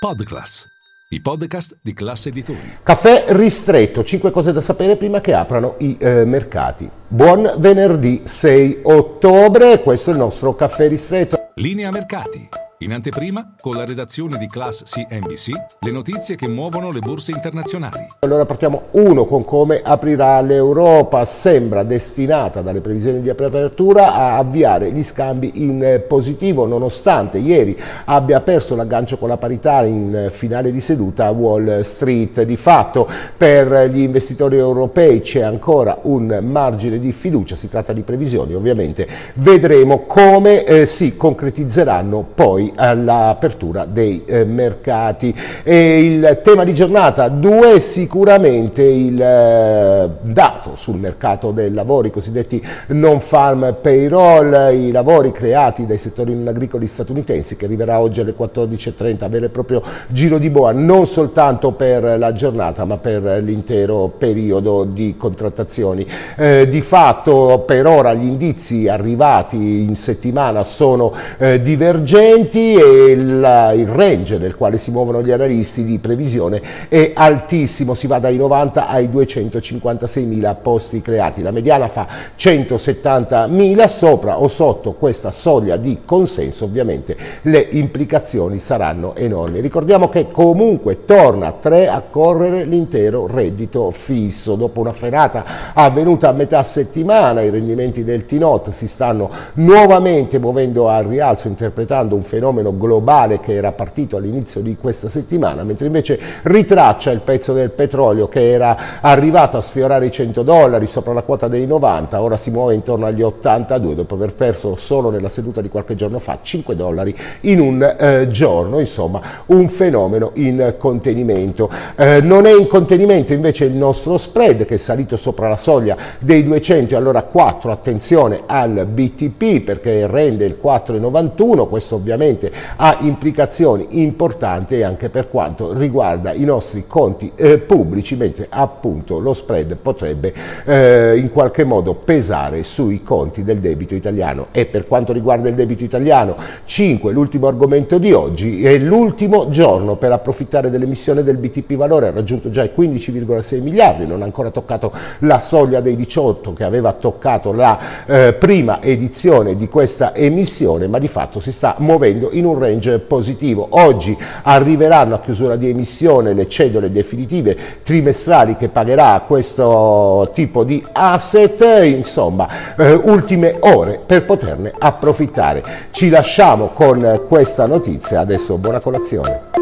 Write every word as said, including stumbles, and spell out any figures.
Podclass, i podcast di Class Editori. Caffè ristretto, cinque cose da sapere prima che aprano i eh, mercati. Buon venerdì sei ottobre, questo è il nostro caffè ristretto. Linea mercati. In anteprima, con la redazione di Class C N B C, le notizie che muovono le borse internazionali. Allora partiamo uno con come aprirà l'Europa. Sembra destinata dalle previsioni di apertura a avviare gli scambi in positivo, nonostante ieri abbia perso l'aggancio con la parità in finale di seduta a Wall Street. Di fatto per gli investitori europei c'è ancora un margine di fiducia, si tratta di previsioni ovviamente, vedremo come eh, si concretizzeranno poi all'apertura dei eh, mercati. E il tema di giornata due, sicuramente il eh, dato sul mercato del lavoro, i cosiddetti non farm payroll, i lavori creati dai settori non agricoli statunitensi, che arriverà oggi alle quattordici e trenta, vero e proprio giro di boa non soltanto per la giornata ma per l'intero periodo di contrattazioni. Eh, di fatto per ora gli indizi arrivati in settimana sono eh, divergenti e il, il range nel quale si muovono gli analisti di previsione è altissimo, si va dai novanta ai duecentocinquantaseimila posti creati, la mediana fa centosettantamila, sopra o sotto questa soglia di consenso ovviamente le implicazioni saranno enormi. Ricordiamo che comunque torna a tre a correre l'intero reddito fisso, dopo una frenata avvenuta a metà settimana i rendimenti del T-Note si stanno nuovamente muovendo al rialzo, interpretando un fenomeno globale che era partito all'inizio di questa settimana, mentre invece ritraccia il pezzo del petrolio che era arrivato a sfiorare i cento dollari sopra la quota dei novanta, ora si muove intorno agli ottantadue dopo aver perso solo nella seduta di qualche giorno fa cinque dollari in un eh, giorno, insomma un fenomeno in contenimento. Eh, non è in contenimento invece il nostro spread, che è salito sopra la soglia dei duecento, allora quattro, attenzione al B T P perché rende il quattro virgola novantuno, questo ovviamente ha implicazioni importanti anche per quanto riguarda i nostri conti eh, pubblici, mentre appunto lo spread potrebbe eh, in qualche modo pesare sui conti del debito italiano. E per quanto riguarda il debito italiano, cinque, l'ultimo argomento di oggi, è l'ultimo giorno per approfittare dell'emissione del B T P Valore, ha raggiunto già i quindici virgola sei miliardi, non ha ancora toccato la soglia dei diciotto che aveva toccato la eh, prima edizione di questa emissione, ma di fatto si sta muovendo in un range positivo. Oggi arriveranno a chiusura di emissione le cedole definitive trimestrali che pagherà questo tipo di asset, insomma eh, ultime ore per poterne approfittare. Ci lasciamo con questa notizia, adesso buona colazione.